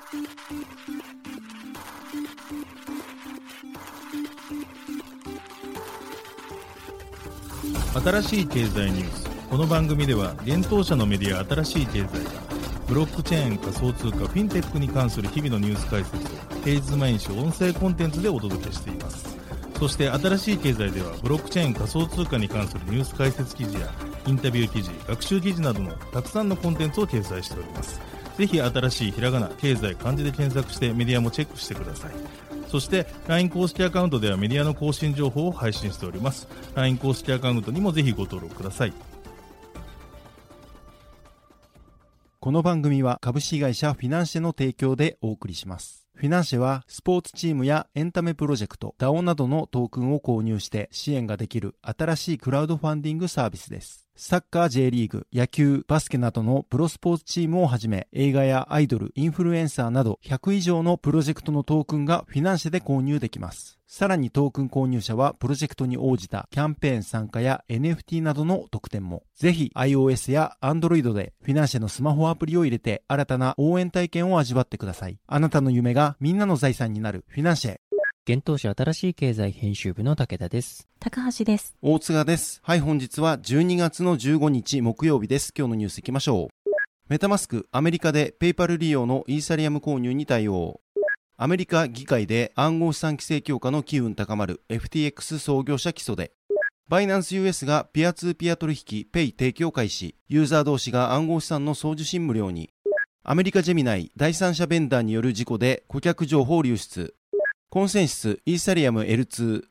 新しい経済ニュース。この番組では現当社のメディア新しい経済がブロックチェーン、仮想通貨、フィンテックに関する日々のニュース解説を平日毎日音声コンテンツでお届けしています。そして新しい経済ではブロックチェーン、仮想通貨に関するニュース解説記事やインタビュー記事、学習記事などのたくさんのコンテンツを掲載しております。ぜひ新しいひらがな、経済、漢字で検索してメディアもチェックしてください。そして LINE 公式アカウントではメディアの更新情報を配信しております。 LINE 公式アカウントにもぜひご登録ください。 この番組は株式会社フィナンシェの提供でお送りします。フィナンシェはスポーツチームやエンタメプロジェクト、DAO などのトークンを購入して支援ができる新しいクラウドファンディングサービスです。サッカー J リーグ、野球、バスケなどのプロスポーツチームをはじめ、映画やアイドル、インフルエンサーなど100以上のプロジェクトのトークンがフィナンシェで購入できます。さらにトークン購入者はプロジェクトに応じたキャンペーン参加や NFT などの特典も。ぜひ iOS や Android でフィナンシェのスマホアプリを入れて新たな応援体験を味わってください。あなたの夢がみんなの財産になるフィナンシェ。 現当社新しい経済編集部の武田です。 高橋です。 大塚です。はい、本日は12月の15日木曜日です。今日のニュースいきましょう。メタマスク、アメリカでペイパル利用のイーサリアム購入に対応。アメリカ議会で暗号資産規制強化の機運高まる FTX 創業者起訴で。バイナンス US がピアツーピア取引ペイ提供開始。ユーザー同士が暗号資産の送受信無料に。アメリカジェミナイ第三者ベンダーによる事故で顧客情報流出。コンセンシスイーサリアム L2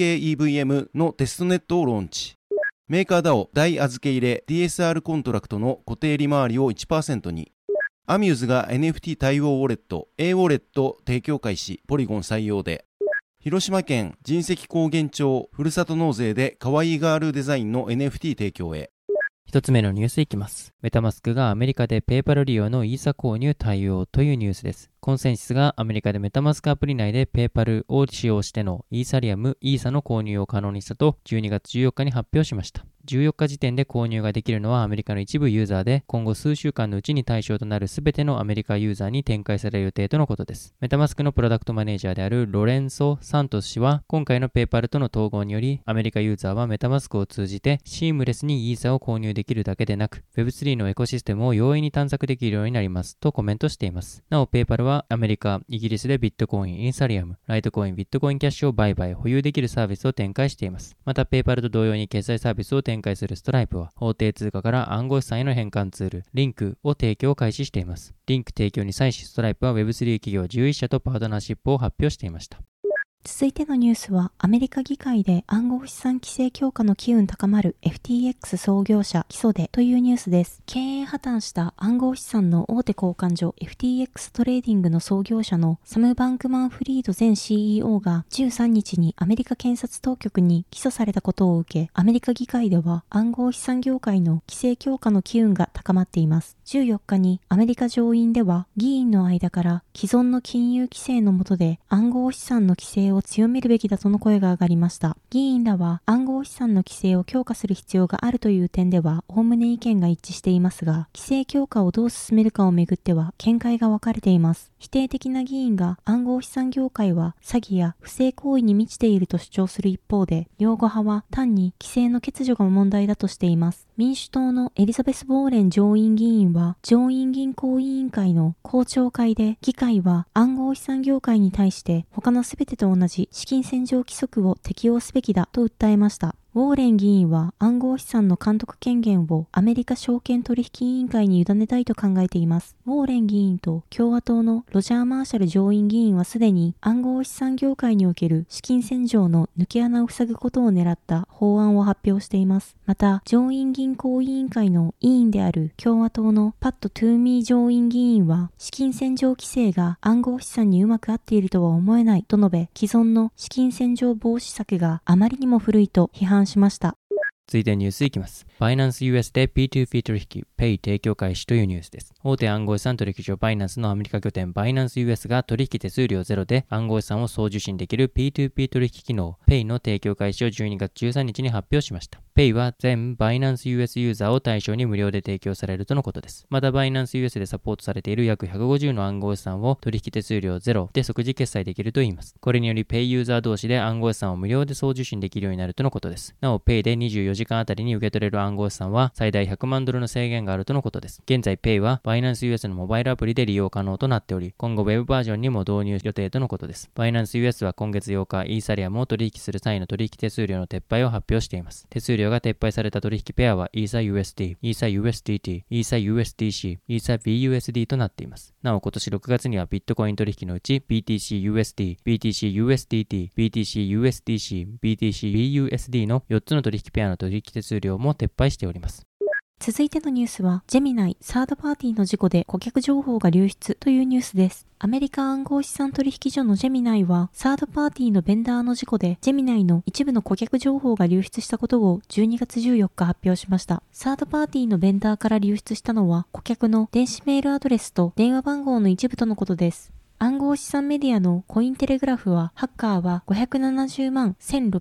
ZK-EVM のテストネットをローンチ。メーカー DAO 大預け入れ DSR コントラクトの固定利回りを 1% に。アミューズが NFT 対応ウォレット A ウォレット提供開始。ポリゴン採用で。広島県神石高原町ふるさと納税でかわいいガールデザインの NFT 提供へ。 一つ目のニュースいきます。メタマスクがアメリカでペイパル利用のイーサ購入対応というニュースです。コンセンシスがアメリカでメタマスクアプリ内でペイパルを使用してのイーサリアム、イーサの購入を可能にしたと12月14日に発表しました。14日時点で購入ができるのはアメリカの一部ユーザーで、今後数週間のうちに対象となるすべてのアメリカユーザーに展開される予定とのことです。メタマスクのプロダクトマネージャーであるロレンソ・サントス氏は、今回のペイパルとの統合により、アメリカユーザーはメタマスクを通じてシームレスにイーサを購入できるだけでなく、Web3 のエコシステムを容易に探索できるようになりますとコメントしています。なお、ペイパルはアメリカ、イギリスでビットコイン、イーサリアム、ライトコイン、ビットコインキャッシュを売買、保有できるサービスを展開しています。また、ペイパルと同様に決済サービスを展開するストライプは法定通貨から暗号資産への変換ツール、リンクを提供を開始しています。リンク提供に際し、ストライプは Web3 企業11社とパートナーシップを発表していました。 続いてのニュースは、アメリカ議会で暗号資産規制強化の機運高まる FTX 創業者起訴でというニュースです。経営破綻した暗号資産の大手交換所 FTX トレーディングの創業者のサム・バンクマンフリード前 CEO が13日にアメリカ検察当局に起訴されたことを受け、アメリカ議会では暗号資産業界の規制強化の機運が高まっています。14日にアメリカ上院では議員の間から既存の金融規制の下で暗号資産の規制を強めるべきだとの声が上がりました。議員らは暗号資産の規制を強化する必要があるという点ではおおむね意見が一致していますが、規制強化をどう進めるかをめぐっては見解が分かれています。否定的な議員が暗号資産業界は詐欺や不正行為に満ちていると主張する一方で、擁護派は単に規制の欠如が問題だとしています。民主党のエリザベス・ウォーレン上院議員は上院銀行委員会の公聴会で、議会は暗号資産業界に対して他のすべてと同じ資金洗浄規則を適用すべきだと訴えました。ウォーレン議員は暗号資産の監督権限をアメリカ証券取引委員会に委ねたいと考えています。ウォーレン議員と共和党のロジャー・マーシャル上院議員はすでに暗号資産業界における資金洗浄の抜け穴を塞ぐことを狙った法案を発表しています。また、上院銀行委員会の委員である共和党のパット・トゥーミー上院議員は、資金洗浄規制が暗号資産にうまく合っているとは思えないと述べ、既存の資金洗浄防止策があまりにも古いと批判しました。 続いてニュースいきます。バイナンス US で P2P 取引、Pay 提供開始というニュースです。大手暗号資産取引所バイナンスのアメリカ拠点バイナンス US が取引手数料ゼロで暗号資産を送受信できる P2P 取引機能 Pay の提供開始を12月13日に発表しました。Pay は全バイナンス US ユーザーを対象に無料で提供されるとのことです。またバイナンス US でサポートされている約150の暗号資産を取引手数料ゼロで即時決済できるといいます。これにより Pay ユーザー同士で暗号資産を無料で送受信できるようになるとのことです。なお Pay で24時間あたりに受け取れる暗号資産は最大100万ドルの制限があるとのことです。現在 Pay はバイナンス US のモバイルアプリで利用可能となっており、今後 Web バージョンにも導入予定とのことです。バイナンス US は今月8日、イーサリアムを取引する際の取引手数料の撤廃を発表しています。手数料が撤廃された取引ペアはイーサ USD、イーサ USDT、イーサ USDC、イーサ BUSD となっています。なお今年6月にはビットコイン取引のうち BTC-USD、BTC-USDT、BTC-USDC、BTC-BUSD の4つの取引ペアの取引手数料も撤廃しております。 続いてのニュースは、ジェミナイサードパーティーの事故で顧客情報が流出というニュースです。アメリカ暗号資産取引所のジェミナイは、サードパーティーのベンダーの事故で、ジェミナイの一部の顧客情報が流出したことを12月14日発表しました。サードパーティーのベンダーから流出したのは、顧客の電子メールアドレスと電話番号の一部とのことです。暗号資産メディアのコインテレグラフは、ハッカーは570万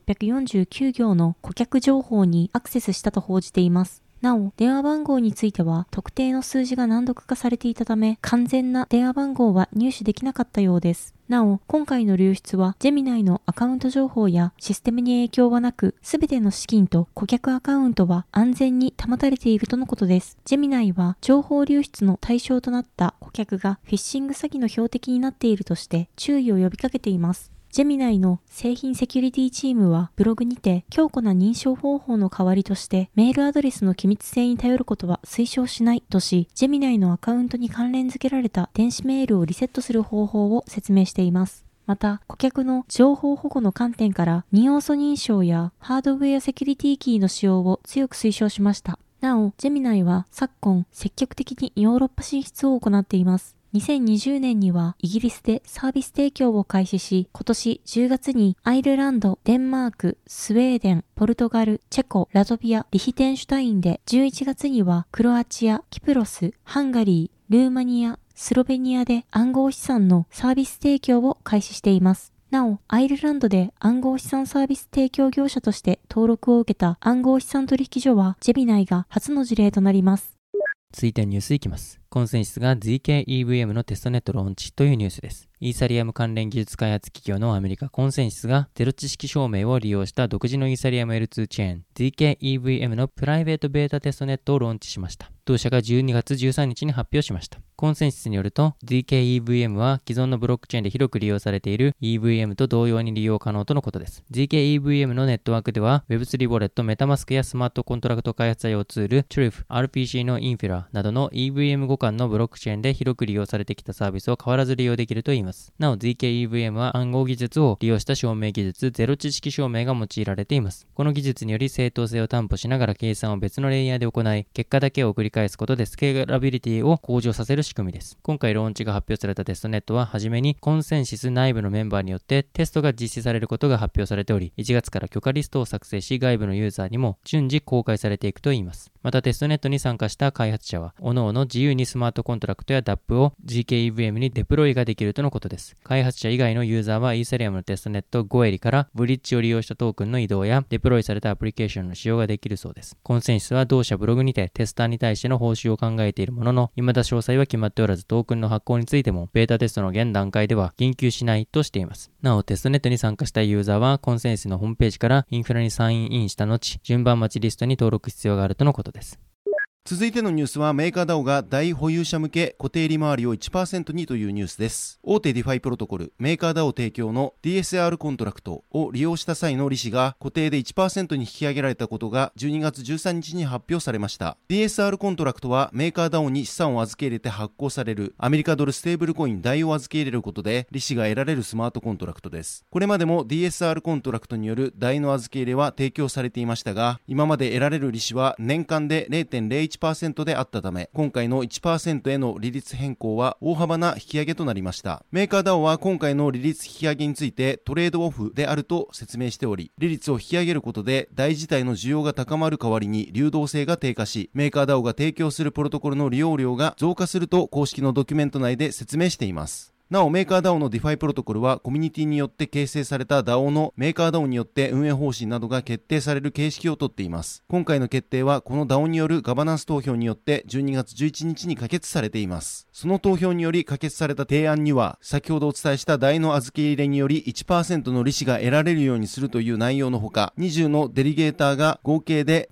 1649行の顧客情報にアクセスしたと報じています。なお、電話番号については特定の数字が難読化されていたため、完全な電話番号は入手できなかったようです。なお、今回の流出は、ジェミナイのアカウント情報やシステムに影響はなく、すべての資金と顧客アカウントは安全に保たれているとのことです。ジェミナイは、情報流出の対象となった顧客がフィッシング詐欺の標的になっているとして注意を呼びかけています。ジェミナイの製品セキュリティチームはブログにて強固な認証方法の代わりとしてメールアドレスの機密性に頼ることは推奨しないとし、ジェミナイのアカウントに関連付けられた電子メールをリセットする方法を説明しています。また、顧客の情報保護の観点から2要素認証やハードウェアセキュリティキーの使用を強く推奨しました。なお、ジェミナイは昨今積極的にヨーロッパ進出を行っています。2020年にはイギリスでサービス提供を開始し、今年10月にアイルランド、デンマーク、スウェーデン、ポルトガル、チェコ、ラトビア、リヒテンシュタインで、11月にはクロアチア、キプロス、ハンガリー、ルーマニア、スロベニアで暗号資産のサービス提供を開始しています。なお、アイルランドで暗号資産サービス提供業者として登録を受けた暗号資産取引所はジェミナイが初の事例となります。 続いてニュースいきます。コンセンシスが ZK-EVM のテストネットローンチというニュースです。イーサリアム関連技術開発企業のアメリカコンセンシスがゼロ知識証明を利用した独自のイーサリアム L2 チェーン ZK-EVM のプライベートベータテストネットをローンチしました。同社が12月13日に発表しました。コンセンシスによると ZK-EVM は既存のブロックチェーンで広く利用されている EVM と同様に利用可能とのことです。ZK-EVM のネットワークでは Web3 ウォレット、メタマスクやスマートコントラクト開発用ツール Truth、RPC のインフィラなどの EVM 互換のブロックチェーンで広く利用されてきたサービスを変わらず利用できるといいます。なお ZK-EVM は暗号技術を利用した証明技術ゼロ知識証明が用いられています。この技術により正当性を担保しながら計算を別のレイヤーで行い、結果だけを繰り返すことでスケーラビリティを向上させる仕組みです。今回ローンチが発表されたテストネットははじめにコンセンシス内部のメンバーによってテストが実施されることが発表されており、1月から許可リストを作成し外部のユーザーにも順次公開されていくといいます。またテストネットに参加した開発者は各々自由にスマートコントラクトや DApp を ZK-EVM にデプロイができるとのことです。開発者以外のユーザーはイーサリアムのテストネット5エリからブリッジを利用したトークンの移動やデプロイされたアプリケーションの使用ができるそうです。コンセンシスは同社ブログにてテスターに対しての報酬を考えているものの、未だ詳細は決まっておらずトークンの発行についてもベータテストの現段階では言及しないとしています。なおテストネットに参加したユーザーはコンセンシスのホームページからインフラにサインインした後、順番待ちリストに登録必要があるとのことです。 続いてのニュースはメーカー DAO が大保有者向け固定利回りを 1% にというニュースです。大手 DeFi プロトコルメーカー DAO 提供の DSR コントラクトを利用した際の利子が固定で 1% に引き上げられたことが12月13日に発表されました。 DSR コントラクトはメーカー DAO に資産を預け入れて発行されるアメリカドルステーブルコイン DAI を預け入れることで利子が得られるスマートコントラクトです。これまでも DSR コントラクトによる DAI の預け入れは提供されていましたが、今まで得られる利子は年間で 11% であったため、今回の 1% への利率変更は大幅な引き上げとなりました。メーカー DAO は今回の利率引き上げについてトレードオフであると説明しており、利率を引き上げることでDAI自体の需要が高まる代わりに流動性が低下し、メーカー DAO が提供するプロトコルの利用量が増加すると公式のドキュメント内で説明しています。なお、メーカー DAO の DeFi プロトコルはコミュニティによって形成された DAO のメーカー DAO によって運営方針などが決定される形式をとっています。今回の決定はこの DAO によるガバナンス投票によって12月11日に可決されています。その投票により可決された提案には、先ほどお伝えしたDAIの預け入れにより 1% の利子が得られるようにするという内容のほか、20のデリゲーターが合計で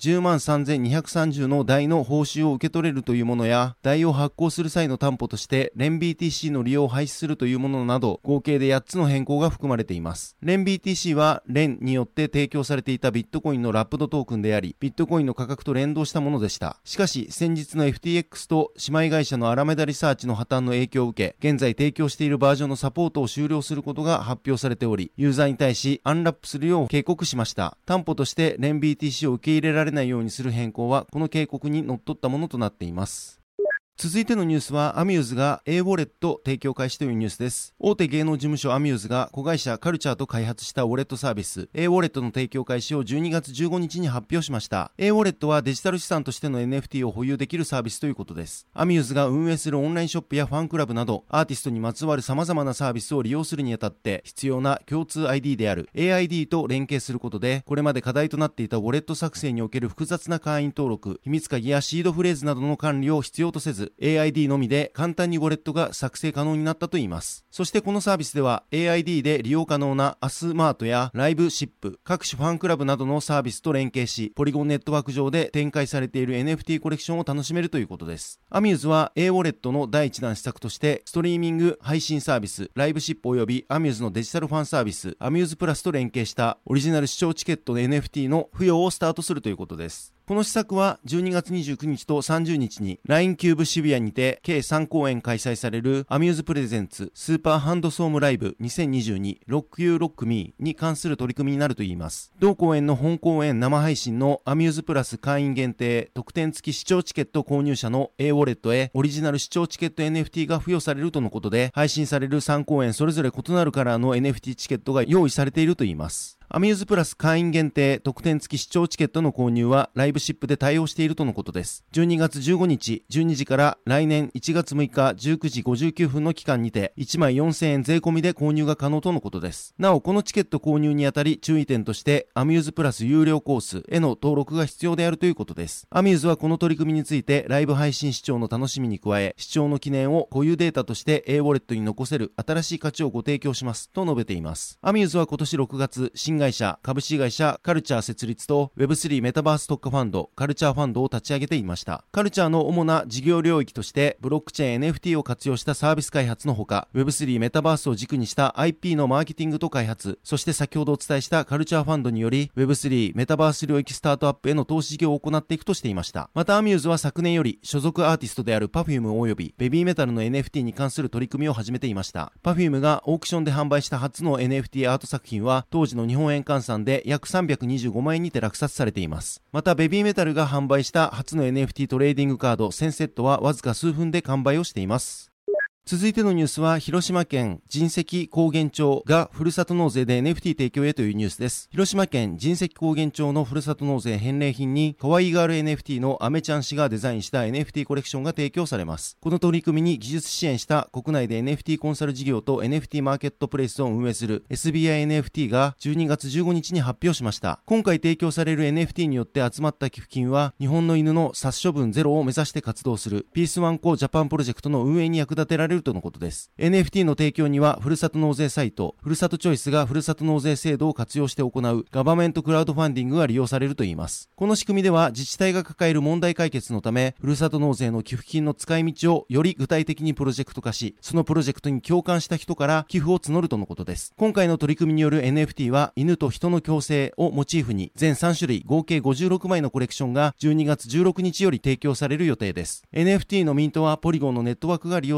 103,230 のDAIの報酬を受け取れるというものや、DAIを発行する際の担保としてレン BTC の利用を廃止するというものなど、合計で8つの変更が含まれています。レン BTC はレンによって提供されていたビットコインのラップドトークンであり、ビットコインの価格と連動したものでした。しかし、先日の FTX と姉妹会社のアラメダリサーチの破綻の影響を受け、現在提供しているバージョンのサポートを終了することが発表されており、ユーザーに対しアンラップするよう警告しました。担保としてレン BTC を受け入れられないようにする変更は、この警告にのっとったものとなっています。続いてのニュースは、アミューズが A ウォレット提供開始というニュースです。大手芸能事務所アミューズが子会社カルチャーと開発したウォレットサービス A ウォレットの提供開始を12月15日に発表しました。A ウォレットはデジタル資産としての NFT を保有できるサービスということです。アミューズが運営するオンラインショップやファンクラブなど、アーティストにまつわる様々なサービスを利用するにあたって必要な共通 ID である AID と連携することで、これまで課題となっていたウォレット作成における複雑な会員登録、秘密鍵やシードフレーズなどの管理を必要とせず、AID のみで簡単にウォレットが作成可能になったといいます。そしてこのサービスでは AID で利用可能なアスマートやライブシップ、各種ファンクラブなどのサービスと連携し、ポリゴンネットワーク上で展開されている NFT コレクションを楽しめるということです。アミューズは A ウォレットの第一弾施策として、ストリーミング配信サービス、ライブシップ及びアミューズのデジタルファンサービス、アミューズプラスと連携したオリジナル視聴チケットの NFT の付与をスタートするということです。この施策は12月29日と30日に LINE キューブ渋谷にて計3公演開催されるアミューズプレゼンツスーパーハンドソームライブ2022ロックユーロックミーに関する取り組みになるといいます。同公演の本公演生配信のアミューズプラス会員限定特典付き視聴チケット購入者の A ウォレットへオリジナル視聴チケット NFT が付与されるとのことで、配信される3公演それぞれ異なるカラーの NFT チケットが用意されているといいます。アミューズプラス会員限定特典付き視聴チケットの購入はライブシップで対応しているとのことです。12月15日12時から来年1月6日19時59分の期間にて1枚4000円税込みで購入が可能とのことです。なおこのチケット購入にあたり注意点としてアミューズプラス有料コースへの登録が必要であるということです。アミューズはこの取り組みについてライブ配信視聴の楽しみに加え、視聴の記念を固有データとして A ウォレットに残せる新しい価値をご提供しますと述べています。アミューズは今年6月新会社株式会社カルチャー設立と Web3 メタバース特化ファンドカルチャーファンドを立ち上げていました。カルチャーの主な事業領域としてブロックチェーン NFT を活用したサービス開発のほか、 Web3 メタバースを軸にした IP のマーケティングと開発、そして先ほどお伝えしたカルチャーファンドにより Web3 メタバース領域スタートアップへの投資事業を行っていくとしていました。またアミューズは昨年より所属アーティストである Perfume およびベビーメタルの NFT に関する取り組みを始めていました。Perfume がオークションで販売した初の NFT アート作品は当時の日本円換算で約325万円にて落札されています。またベビーメタルが販売した初の NFT トレーディングカード1000セットはわずか数分で完売をしています。続いてのニュースは、広島県神石高原町がふるさと納税で NFT 提供へというニュースです。広島県神石高原町のふるさと納税返礼品に、可愛いガール NFT のアメちゃん氏がデザインした NFT コレクションが提供されます。この取り組みに技術支援した国内で NFT コンサル事業と NFT マーケットプレイスを運営する SBI NFT が12月15日に発表しました。今回提供される NFT によって集まった寄付金は、日本の犬の殺処分ゼロを目指して活動するピースワンコジャパンプロジェクトの運営に役立てられるとのことです。NFT の提供にはふるさと納税サイトふるさとチョイスがふるさと納税制度を活用して行うガバメントクラウドファンディングが利用されるといいます。この仕組みでは自治体が抱える問題解決のため、ふるさと納税の寄付金の使い道をより具体的にプロジェクト化し、そのプロジェクトに共感した人から寄付を募るとのことです。今回の取り組みによる NFT は犬と人の共生をモチーフに全3種類合計56枚のコレクションが12月16日より提供される予定です。NFT のミントはポリゴンのネットワークが利用されるという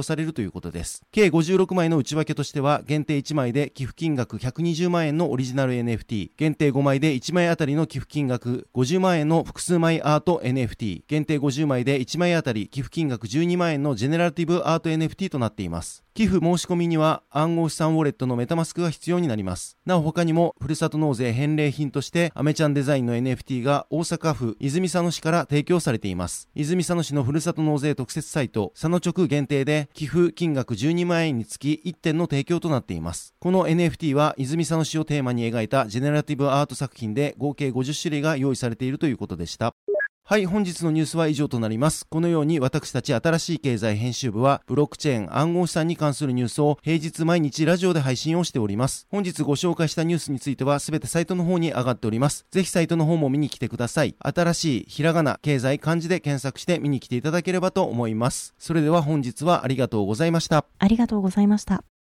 いうことです。計56枚の内訳としては、限定1枚で寄付金額120万円のオリジナル NFT、限定5枚で1枚あたりの寄付金額50万円の複数枚アート NFT、限定50枚で1枚あたり寄付金額12万円のジェネラティブアート NFT となっています。寄付申し込みには暗号資産ウォレットのメタマスクが必要になります。なお他にもふるさと納税返礼品としてアメちゃんデザインの NFT が大阪府泉佐野市から提供されています。泉佐野市のふるさと納税特設サイト佐野直限定で寄付金額12万円につき1点の提供となっています。この NFT は泉佐野市をテーマに描いたジェネラティブアート作品で合計50種類が用意されているということでした。はい、本日のニュースは以上となります。このように私たち新しい経済編集部はブロックチェーン暗号資産に関するニュースを平日毎日ラジオで配信をしております。本日ご紹介したニュースについてはすべてサイトの方に上がっております。ぜひサイトの方も見に来てください。新しいひらがな、経済、漢字で検索して見に来ていただければと思います。それでは本日はありがとうございました。 ありがとうございました。